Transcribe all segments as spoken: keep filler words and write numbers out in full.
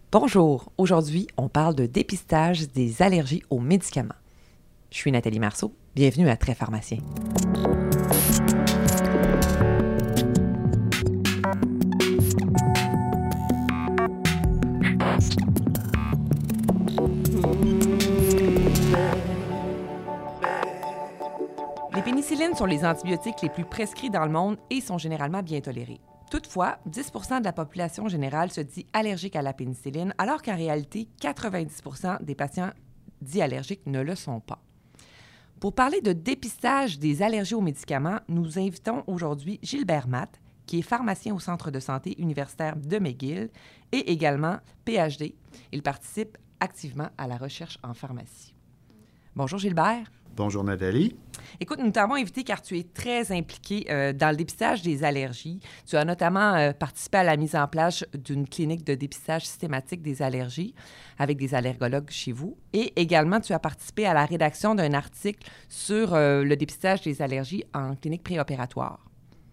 Bonjour, aujourd'hui, on parle de dépistage des allergies aux médicaments. Je suis Nathalie Marceau, bienvenue à Très Pharmacien. Les pénicillines sont les antibiotiques les plus prescrits dans le monde et sont généralement bien tolérés. Toutefois, dix pour cent de la population générale se dit allergique à la pénicilline, alors qu'en réalité, quatre-vingt-dix pour cent des patients dits allergiques ne le sont pas. Pour parler de dépistage des allergies aux médicaments, nous invitons aujourd'hui Gilbert Matte, qui est pharmacien au Centre de santé universitaire de McGill et également P H D. Il participe activement à la recherche en pharmacie. Bonjour Gilbert. Bonjour Nathalie. Écoute, nous t'avons invité car tu es très impliqué euh, dans le dépistage des allergies. Tu as notamment euh, participé à la mise en place d'une clinique de dépistage systématique des allergies avec des allergologues chez vous. Et également, tu as participé à la rédaction d'un article sur euh, le dépistage des allergies en clinique préopératoire.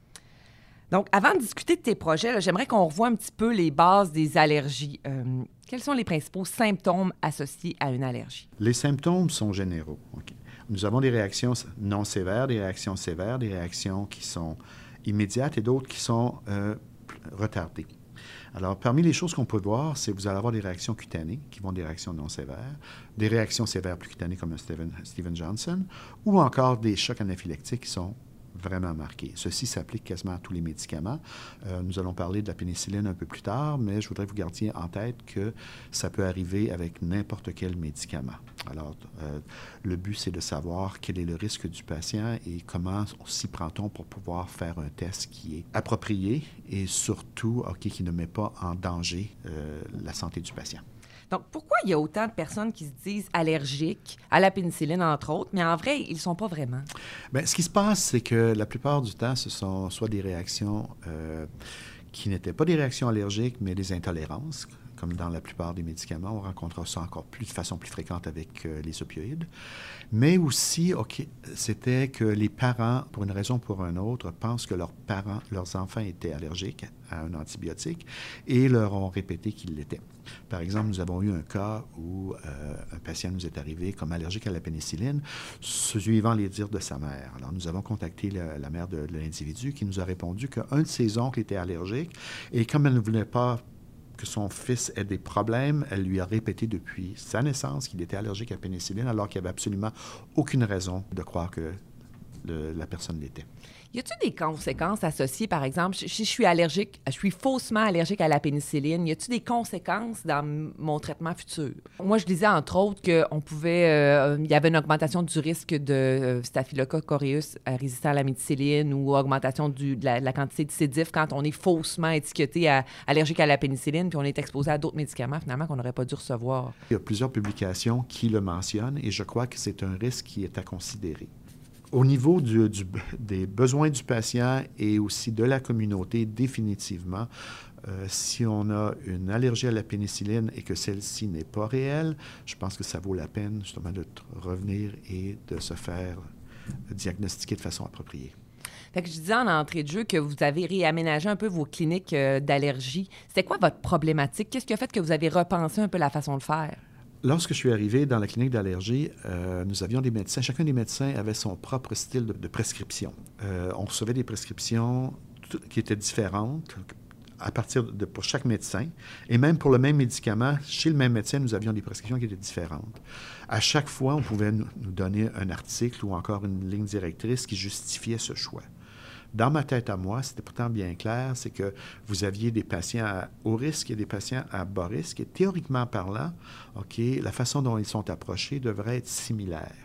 Donc, avant de discuter de tes projets, là, j'aimerais qu'on revoie un petit peu les bases des allergies. Euh, quels sont les principaux symptômes associés à une allergie? Les symptômes sont généraux. Okay. Nous avons des réactions non sévères, des réactions sévères, des réactions qui sont immédiates et d'autres qui sont euh, retardées. Alors, parmi les choses qu'on peut voir, c'est que vous allez avoir des réactions cutanées, qui vont des réactions non sévères, des réactions sévères plus cutanées comme un Steven, Steven Johnson, ou encore des chocs anaphylactiques qui sont vraiment marqués. Ceci s'applique quasiment à tous les médicaments. Euh, nous allons parler de la pénicilline un peu plus tard, mais je voudrais que vous gardiez en tête que ça peut arriver avec n'importe quel médicament. Alors, euh, le but, c'est de savoir quel est le risque du patient et comment s'y prend-on pour pouvoir faire un test qui est approprié et surtout, OK, qui ne met pas en danger euh, la santé du patient. Donc, pourquoi il y a autant de personnes qui se disent allergiques à la pénicilline, entre autres, mais en vrai, ils ne sont pas vraiment? Bien, ce qui se passe, c'est que la plupart du temps, ce sont soit des réactions euh, qui n'étaient pas des réactions allergiques, mais des intolérances. Comme dans la plupart des médicaments, on rencontre ça encore plus de façon plus fréquente avec euh, les opioïdes. Mais aussi, OK, c'était que les parents, pour une raison ou pour une autre, pensent que leurs parents, leurs enfants étaient allergiques à un antibiotique et leur ont répété qu'ils l'étaient. Par exemple, nous avons eu un cas où euh, un patient nous est arrivé comme allergique à la pénicilline, suivant les dires de sa mère. Alors, nous avons contacté la, la mère de, de l'individu qui nous a répondu qu'un de ses oncles était allergique et comme elle ne voulait pas que son fils ait des problèmes, elle lui a répété depuis sa naissance qu'il était allergique à la pénicilline alors qu'il n'y avait absolument aucune raison de croire que le, la personne l'était. Y a-t-il des conséquences associées, par exemple, si je suis allergique, je suis faussement allergique à la pénicilline, y a-t-il des conséquences dans mon traitement futur? Moi, je disais, entre autres, qu'on pouvait, euh, il y avait une augmentation du risque de euh, Staphylococcus aureus euh, résistant à la méticilline ou augmentation du, de, la, de la quantité de C. diff quand on est faussement étiqueté à, allergique à la pénicilline puis on est exposé à d'autres médicaments, finalement, qu'on n'aurait pas dû recevoir. Il y a plusieurs publications qui le mentionnent et je crois que c'est un risque qui est à considérer. Au niveau du, du, des besoins du patient et aussi de la communauté, définitivement, euh, si on a une allergie à la pénicilline et que celle-ci n'est pas réelle, je pense que ça vaut la peine justement de revenir et de se faire diagnostiquer de façon appropriée. Fait que je disais en entrée de jeu que vous avez réaménagé un peu vos cliniques euh, d'allergie. C'était quoi votre problématique? Qu'est-ce qui a fait que vous avez repensé un peu la façon de faire? Lorsque je suis arrivé dans la clinique d'allergie, euh, nous avions des médecins. Chacun des médecins avait son propre style de, de prescription. Euh, on recevait des prescriptions t- qui étaient différentes à partir de pour chaque médecin. Et même pour le même médicament, chez le même médecin, nous avions des prescriptions qui étaient différentes. À chaque fois, on pouvait nous, nous donner un article ou encore une ligne directrice qui justifiait ce choix. Dans ma tête à moi, c'était pourtant bien clair, c'est que vous aviez des patients à haut risque et des patients à bas risque. Et théoriquement parlant, OK, la façon dont ils sont approchés devrait être similaire.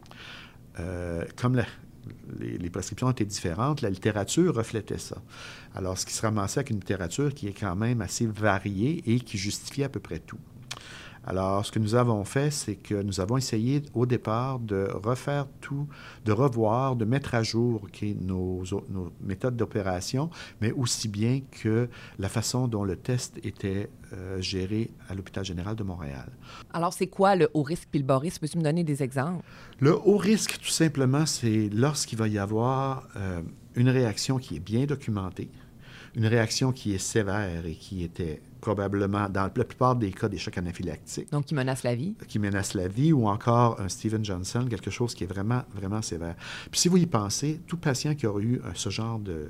Euh, comme la, les, les prescriptions étaient différentes, la littérature reflétait ça. Alors, ce qui se ramassait avec une littérature qui est quand même assez variée et qui justifie à peu près tout. Alors, ce que nous avons fait, c'est que nous avons essayé au départ de refaire tout, de revoir, de mettre à jour okay, nos, nos méthodes d'opération, mais aussi bien que la façon dont le test était euh, géré à l'Hôpital général de Montréal. Alors, c'est quoi le haut risque puis le bas risque? Peux-tu me donner des exemples? Le haut risque, tout simplement, c'est lorsqu'il va y avoir euh, une réaction qui est bien documentée, une réaction qui est sévère et qui était probablement, dans la plupart des cas, des chocs anaphylactiques. Donc, qui menace la vie. Qui menace la vie, ou encore un Steven Johnson, quelque chose qui est vraiment, vraiment sévère. Puis si vous y pensez, tout patient qui aura eu ce genre de,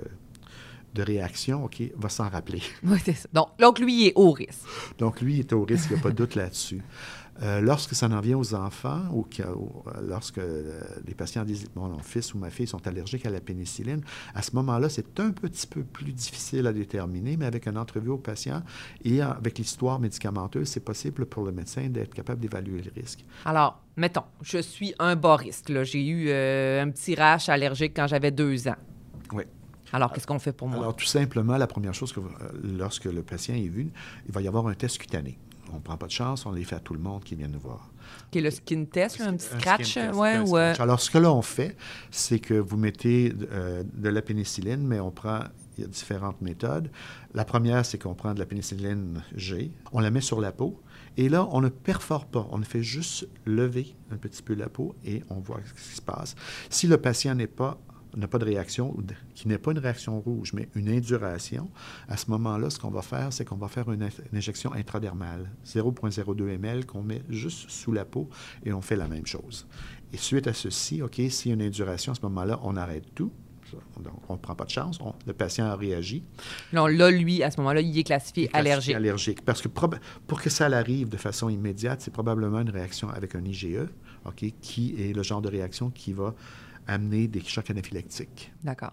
de réaction, OK, va s'en rappeler. Oui, c'est ça. Donc, donc, lui, il est haut risque. Donc, lui, il est au risque, il n'y a pas de doute là-dessus. Euh, lorsque ça en vient aux enfants, ou, que, ou lorsque euh, les patients disent « mon fils ou ma fille sont allergiques à la pénicilline », à ce moment-là, c'est un petit peu plus difficile à déterminer, mais avec une entrevue au patient et avec l'histoire médicamenteuse, c'est possible pour le médecin d'être capable d'évaluer le risque. Alors, mettons, je suis un bas risque. Là. J'ai eu euh, un petit rash allergique quand j'avais deux ans. Oui. Alors, qu'est-ce qu'on fait pour moi? Alors, tout simplement, la première chose, que euh, lorsque le patient est vu, il va y avoir un test cutané. On ne prend pas de chance, on les fait à tout le monde qui vient nous voir. Qui est le skin test, là, un petit un scratch? Test, ouais, un ouais. Scratch. Alors, ce que là, on fait, c'est que vous mettez euh, de la pénicilline, mais on prend, il y a différentes méthodes. La première, c'est qu'on prend de la pénicilline G, on la met sur la peau, et là, on ne perfore pas, on fait juste lever un petit peu la peau et on voit ce qui se passe. Si le patient n'est pas n'a pas de réaction, qui n'est pas une réaction rouge, mais une induration, à ce moment-là, ce qu'on va faire, c'est qu'on va faire une, une injection intradermale, zéro virgule zéro deux millilitres qu'on met juste sous la peau et on fait la même chose. Et suite à ceci, OK, s'il y a une induration, à ce moment-là, on arrête tout. Donc, on ne prend pas de chance. On, le patient a réagi. Non, là, lui, à ce moment-là, il est classifié, il est classifié allergique. allergique. Parce que proba- pour que ça arrive de façon immédiate, c'est probablement une réaction avec un I G E, OK, qui est le genre de réaction qui va amener des chocs anaphylactiques. D'accord.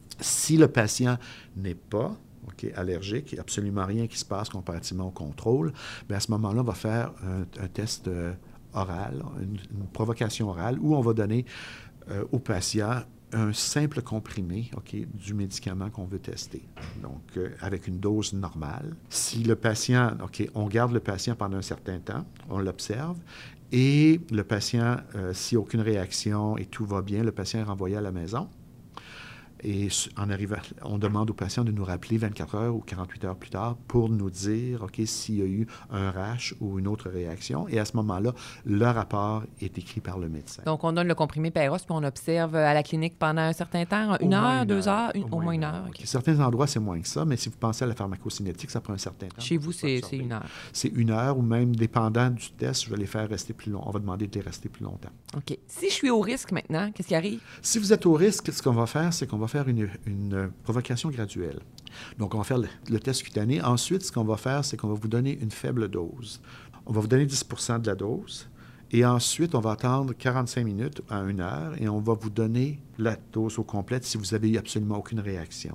Si le patient n'est pas okay, allergique, il n'y a absolument rien qui se passe comparativement au contrôle, bien à ce moment-là, on va faire un, un test euh, oral, une, une provocation orale, où on va donner euh, au patient un simple comprimé okay, du médicament qu'on veut tester, donc euh, avec une dose normale. Si le patient, OK, on garde le patient pendant un certain temps, on l'observe, et le patient, euh, s'il n'y a aucune réaction et tout va bien, le patient est renvoyé à la maison. Et en arrivant, on demande au patient de nous rappeler vingt-quatre heures ou quarante-huit heures plus tard pour nous dire, OK, s'il y a eu un rash ou une autre réaction. Et à ce moment-là, le rapport est écrit par le médecin. Donc, on donne le comprimé Péros, puis on observe à la clinique pendant un certain temps, une heure, deux heures, une, au moins une heure. Okay. Certains endroits, c'est moins que ça, mais si vous pensez à la pharmacocinétique, ça prend un certain temps. Chez vous, c'est, c'est une heure. C'est une heure, ou même, dépendant du test, je vais les faire rester plus longtemps. On va demander de les rester plus longtemps. OK. Si je suis au risque maintenant, qu'est-ce qui arrive? Si vous êtes au risque, ce qu'on va faire, c'est qu'on va faire une, une provocation graduelle. Donc, on va faire le, le test cutané. Ensuite, ce qu'on va faire, c'est qu'on va vous donner une faible dose. On va vous donner dix pour cent de la dose. Et ensuite, on va attendre quarante-cinq minutes à une heure et on va vous donner la dose au complète si vous n'avez eu absolument aucune réaction.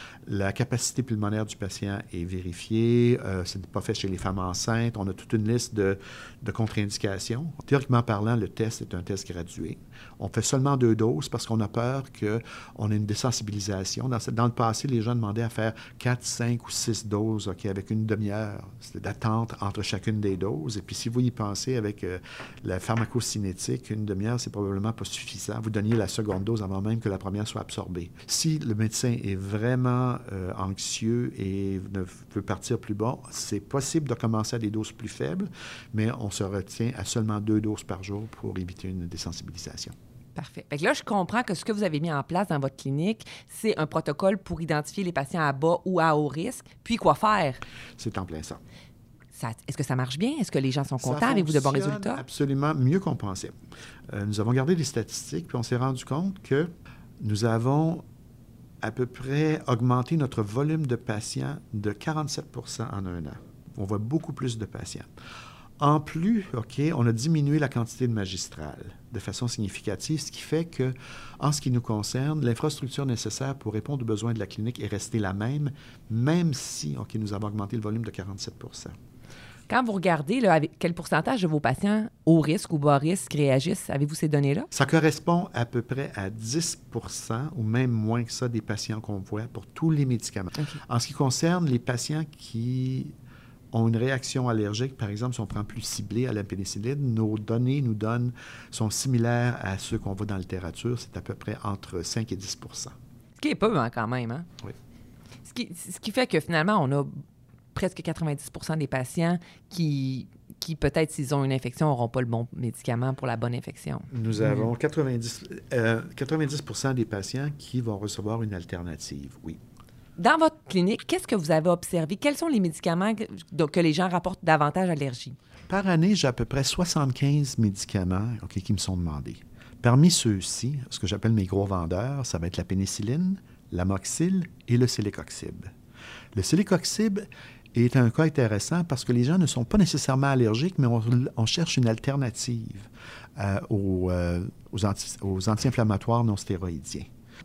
La capacité pulmonaire du patient est vérifiée. Euh, ce n'est pas fait chez les femmes enceintes. On a toute une liste de, de contre-indications. Théoriquement parlant, le test est un test gradué. On fait seulement deux doses parce qu'on a peur qu'on ait une désensibilisation. Dans, dans le passé, les gens demandaient à faire quatre, cinq ou six doses okay, avec une demi-heure d'attente entre chacune des doses. Et puis, si vous y pensez avec euh, la pharmacocinétique, une demi-heure, c'est probablement pas suffisant. Vous donniez la seconde dose avant même que la première soit absorbée. Si le médecin est vraiment Euh, anxieux et ne veut partir plus bas, c'est possible de commencer à des doses plus faibles, mais on se retient à seulement deux doses par jour pour éviter une désensibilisation. Parfait. Fait que là, je comprends que ce que vous avez mis en place dans votre clinique, c'est un protocole pour identifier les patients à bas ou à haut risque, puis quoi faire? C'est en plein ça. Ça, est-ce que ça marche bien? Est-ce que les gens sont contents? Avez-vous de bons résultats? Absolument mieux qu'on pensait. Euh, nous avons gardé des statistiques, puis on s'est rendu compte que nous avons à peu près augmenté notre volume de patients de quarante-sept pour cent en un an. On voit beaucoup plus de patients. En plus, OK, on a diminué la quantité de magistrales de façon significative, ce qui fait que, en ce qui nous concerne, l'infrastructure nécessaire pour répondre aux besoins de la clinique est restée la même, même si, OK, nous avons augmenté le volume de quarante-sept pour cent. Quand vous regardez, là, avec quel pourcentage de vos patients haut risque ou bas risque réagissent? Avez-vous ces données-là? Ça correspond à peu près à dix pour cent ou même moins que ça des patients qu'on voit pour tous les médicaments. Okay. En ce qui concerne les patients qui ont une réaction allergique, par exemple, si on prend plus ciblé à la pénicilline, nos données nous donnent, sont similaires à ceux qu'on voit dans la littérature. C'est à peu près entre cinq et dix pour cent. Ce qui est peu, hein, quand même. Hein? Oui. Ce qui, ce qui fait que finalement, on a presque quatre-vingt-dix pour cent des patients qui, qui peut-être, s'ils ont une infection, n'auront pas le bon médicament pour la bonne infection. Nous avons quatre-vingt-dix, euh, quatre-vingt-dix pour cent des patients qui vont recevoir une alternative, oui. Dans votre clinique, qu'est-ce que vous avez observé? Quels sont les médicaments que, que les gens rapportent davantage allergie? Par année, j'ai à peu près soixante-quinze médicaments okay, qui me sont demandés. Parmi ceux-ci, ce que j'appelle mes gros vendeurs, ça va être la pénicilline, l'amoxil et le célécoxib. Le célécoxib est un cas intéressant parce que les gens ne sont pas nécessairement allergiques, mais on, on cherche une alternative euh, aux, euh, aux, anti, aux anti-inflammatoires non stéroïdiens.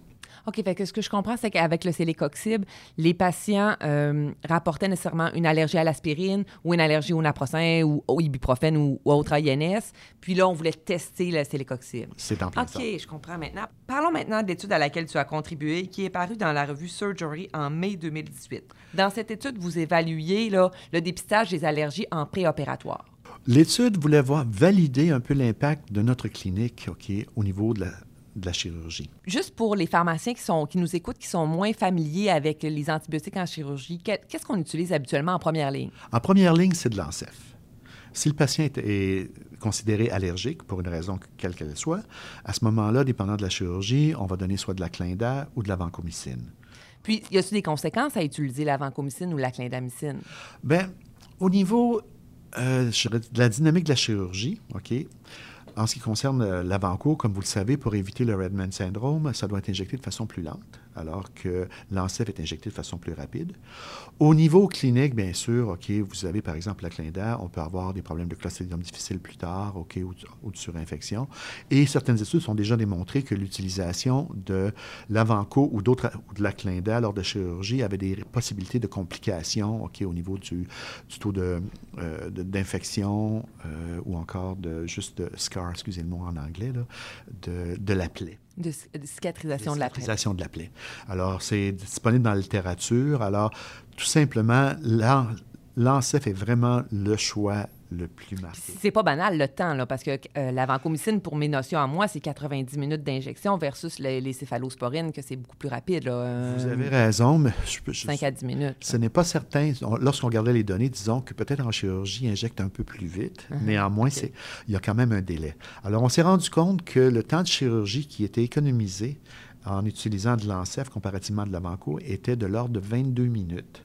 OK, fait que ce que je comprends, c'est qu'avec le célécoxib, les patients euh, rapportaient nécessairement une allergie à l'aspirine ou une allergie au naproxen ou au ibuprofène ou, ou autre I N S. Puis là, on voulait tester le célécoxib. C'est en plein OK, ça. je comprends maintenant. Parlons maintenant de l'étude à laquelle tu as contribué, qui est parue dans la revue Surgery en mai deux mille dix-huit. Dans cette étude, vous évaluez là, le dépistage des allergies en préopératoire. L'étude voulait voir, valider un peu l'impact de notre clinique okay, au niveau de la de la chirurgie. Juste pour les pharmaciens qui, sont, qui nous écoutent, qui sont moins familiers avec les antibiotiques en chirurgie, qu'est-ce qu'on utilise habituellement en première ligne? En première ligne, c'est de l'Ancef. Si le patient est, est considéré allergique, pour une raison quelle qu'elle soit, à ce moment-là, dépendant de la chirurgie, on va donner soit de la clindamycine ou de la vancomycine. Puis, y a-t-il des conséquences à utiliser la vancomycine ou la clindamycine? Bien, au niveau euh, je dirais, de la dynamique de la chirurgie, OK, en ce qui concerne euh, la vanco, comme vous le savez, pour éviter le Redman syndrome, ça doit être injecté de façon plus lente, alors que l'Ancef est injecté de façon plus rapide. Au niveau clinique, bien sûr, OK, vous avez par exemple la clindamycine, on peut avoir des problèmes de Clostridium difficile plus tard, OK, ou, ou de surinfection. Et certaines études ont déjà démontré que l'utilisation de la vanco ou, d'autres, ou de la clindamycine lors de chirurgie avait des possibilités de complications, OK, au niveau du, du taux de, euh, de, d'infection euh, ou encore de juste de scar, excusez le mot en anglais, là, de, de la plaie. De, de cicatrisation de, de la plaie. Cicatrisation de la plaie. Alors, c'est disponible dans la littérature. Alors, tout simplement, l'Ancef est vraiment le choix le plus marqué. C'est pas banal, le temps, là, parce que euh, la vancomycine, pour mes notions à moi, c'est quatre-vingt-dix minutes d'injection versus les, les céphalosporines, que c'est beaucoup plus rapide. Là, euh, Vous avez raison, mais... Je, je, cinq à dix minutes. Ce n'est pas certain. Lorsqu'on regardait les données, disons que peut-être en chirurgie, ils injectent un peu plus vite. Uh-huh. Néanmoins, okay. c'est, il y a quand même un délai. Alors, on s'est rendu compte que le temps de chirurgie qui était économisé en utilisant de l'Ancef comparativement de la vanco était de l'ordre de vingt-deux minutes.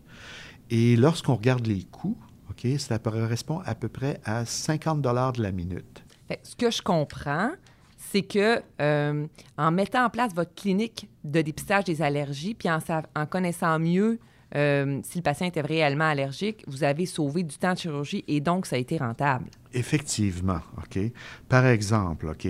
Et lorsqu'on regarde les coûts, OK, ça correspond à peu près à cinquante dollars de la minute. Fait, ce que je comprends, c'est que euh, en mettant en place votre clinique de dépistage des allergies, puis en, en connaissant mieux euh, si le patient était réellement allergique, vous avez sauvé du temps de chirurgie et donc ça a été rentable. Effectivement, OK. Par exemple, OK,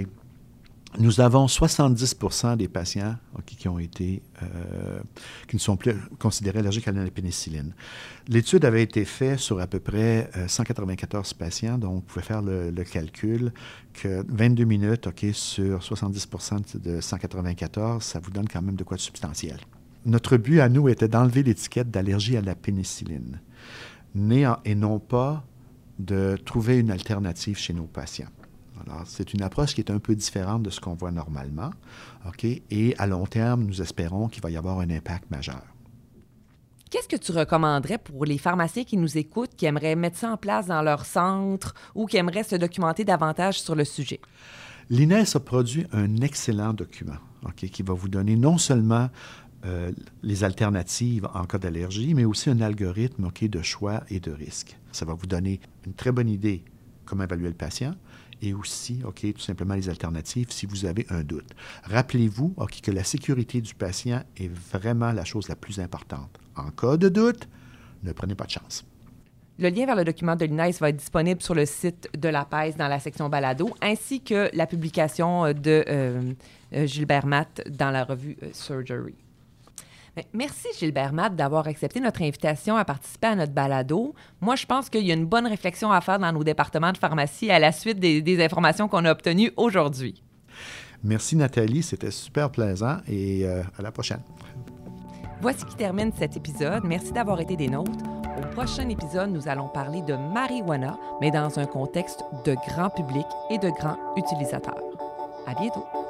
nous avons soixante-dix pour cent des patients okay, qui ont été, euh, qui ne sont plus considérés allergiques à la pénicilline. L'étude avait été faite sur à peu près euh, cent quatre-vingt-quatorze patients, donc vous pouvez faire le, le calcul que vingt-deux minutes okay, sur soixante-dix pour cent de cent quatre-vingt-quatorze, ça vous donne quand même de quoi de substantiel. Notre but à nous était d'enlever l'étiquette d'allergie à la pénicilline, et non pas de trouver une alternative chez nos patients. Alors, c'est une approche qui est un peu différente de ce qu'on voit normalement, OK? Et à long terme, nous espérons qu'il va y avoir un impact majeur. Qu'est-ce que tu recommanderais pour les pharmaciens qui nous écoutent, qui aimeraient mettre ça en place dans leur centre ou qui aimeraient se documenter davantage sur le sujet? L'I N E S a produit un excellent document, OK, qui va vous donner non seulement euh, les alternatives en cas d'allergie, mais aussi un algorithme OK, de choix et de risque. Ça va vous donner une très bonne idée comment évaluer le patient, et aussi, OK, tout simplement les alternatives si vous avez un doute. Rappelez-vous OK, que la sécurité du patient est vraiment la chose la plus importante. En cas de doute, ne prenez pas de chance. Le lien vers le document de l'I N E S va être disponible sur le site de la P E S dans la section balado, ainsi que la publication de euh, Gilbert Matte dans la revue euh, Surgery. Merci Gilbert Matte d'avoir accepté notre invitation à participer à notre balado. Moi, je pense qu'il y a une bonne réflexion à faire dans nos départements de pharmacie à la suite des, des informations qu'on a obtenues aujourd'hui. Merci Nathalie, c'était super plaisant et euh, à la prochaine. Voici qui termine cet épisode. Merci d'avoir été des nôtres. Au prochain épisode, nous allons parler de marijuana, mais dans un contexte de grand public et de grands utilisateurs. À bientôt!